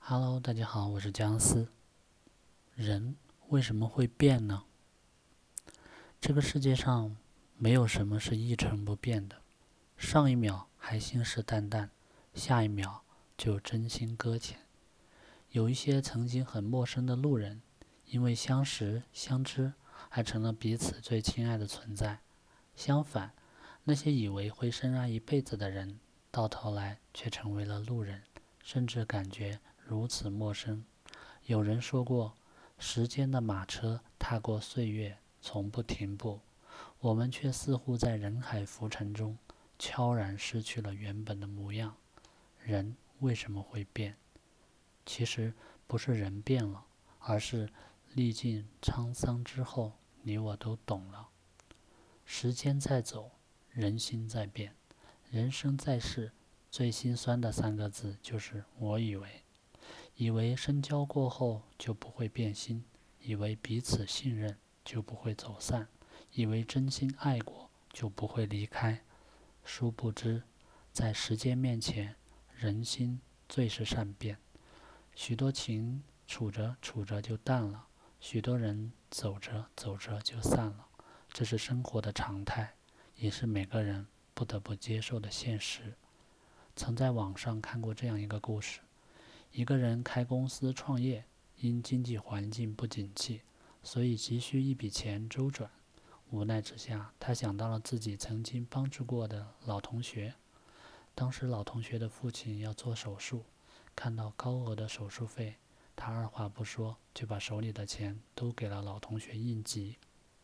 Hello，大家好，我是姜思。人为什么会变呢？这个世界上没有什么是一成不变的，上一秒还信誓旦旦，下一秒就真心搁浅。有一些曾经很陌生的路人，因为相识相知，还成了彼此最亲爱的存在。相反，那些以为会深爱一辈子的人，到头来却成为了路人，甚至感觉如此陌生。有人说过，时间的马车踏过岁月，从不停步，我们却似乎在人海浮沉中，悄然失去了原本的模样。人为什么会变？其实不是人变了，而是历尽沧桑之后，你我都懂了。时间在走，人心在变，人生在世，最心酸的三个字就是我以为。以为深交过后就不会变心，以为彼此信任就不会走散，以为真心爱过就不会离开。殊不知，在时间面前，人心最是善变。许多情处着处着就淡了，许多人走着走着就散了。这是生活的常态，也是每个人不得不接受的现实。曾在网上看过这样一个故事。一个人开公司创业，因经济环境不景气，所以急需一笔钱周转。无奈之下，他想到了自己曾经帮助过的老同学。当时老同学的父亲要做手术，看到高额的手术费，他二话不说就把手里的钱都给了老同学应急。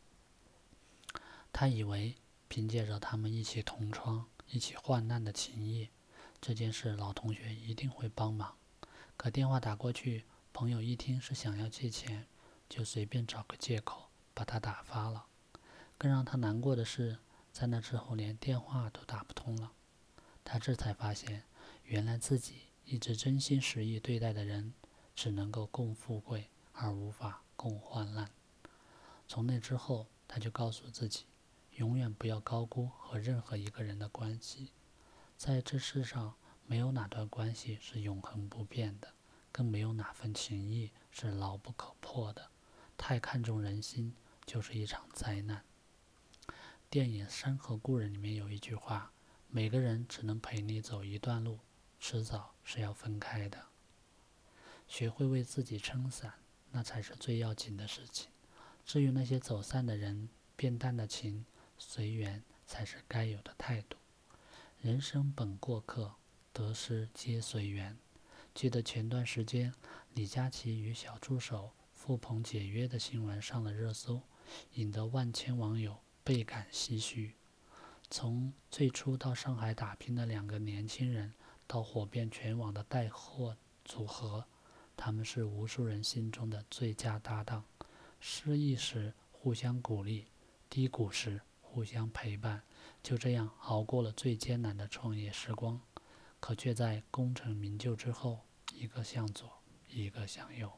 他以为凭借着他们一起同窗、一起患难的情谊，这件事老同学一定会帮忙。可电话打过去，朋友一听是想要借钱，就随便找个借口把他打发了。更让他难过的是，在那之后连电话都打不通了。他这才发现，原来自己一直真心实意对待的人，只能够共富贵，而无法共患难。从那之后，他就告诉自己，永远不要高估和任何一个人的关系。在这世上，没有哪段关系是永恒不变的，更没有哪份情谊是牢不可破的。太看重人心，就是一场灾难。电影《山河故人》里面有一句话：每个人只能陪你走一段路，迟早是要分开的。学会为自己撑伞，那才是最要紧的事情。至于那些走散的人，变淡的情，随缘才是该有的态度。人生本过客，得失皆随缘。记得前段时间，李佳琦与小助手付鹏解约的新闻上了热搜，引得万千网友倍感唏嘘。从最初到上海打拼的两个年轻人，到火遍全网的带货组合，他们是无数人心中的最佳搭档。失意时互相鼓励，低谷时互相陪伴，就这样熬过了最艰难的创业时光。可却在功成名就之后，一个向左，一个向右。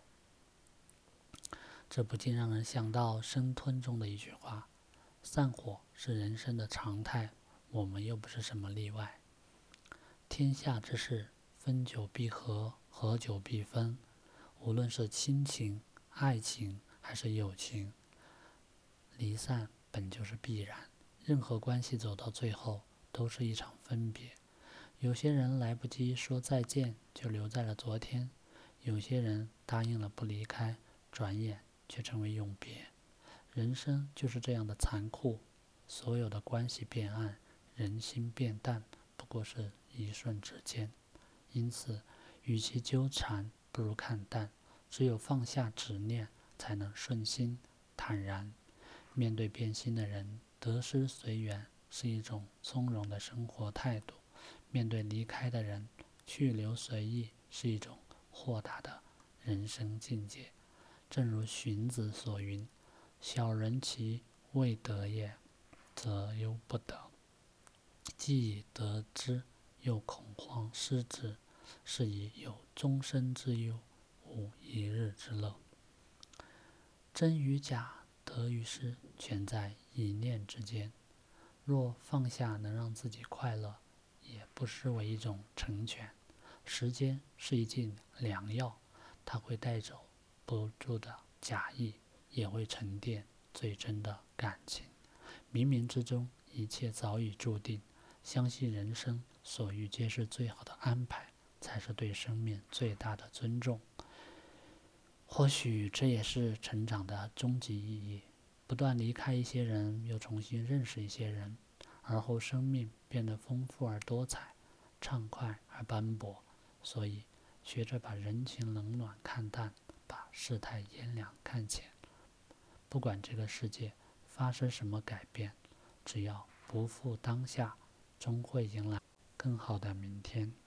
这不禁让人想到生吞中的一句话：散伙是人生的常态，我们又不是什么例外。天下之事，分久必合，合久必分。无论是亲情、爱情还是友情，离散本就是必然。任何关系走到最后，都是一场分别。有些人来不及说再见，就留在了昨天；有些人答应了不离开，转眼却成为永别。人生就是这样的残酷，所有的关系变暗，人心变淡，不过是一瞬之间。因此，与其纠缠，不如看淡。只有放下执念，才能顺心坦然。面对变心的人，得失随缘是一种从容的生活态度；面对离开的人，去留随意是一种豁达的人生境界。正如荀子所云：小人其未得也，则忧不得；既已得之，又恐慌失之，是以有终身之忧，无一日之乐。真与假，得与失，全在一念之间。若放下能让自己快乐，也不失为一种成全。 时间是一剂良药，它会带走不住的假意，也会沉淀最真的感情。冥冥之中，一切早已注定。相信人生所遇皆是最好的安排，才是对生命最大的尊重。或许这也是成长的终极意义，不断离开一些人，又重新认识一些人，而后生命变得丰富而多彩，畅快而斑驳。所以，学着把人情冷暖看淡，把世态炎凉看浅。不管这个世界发生什么改变，只要不负当下，终会迎来更好的明天。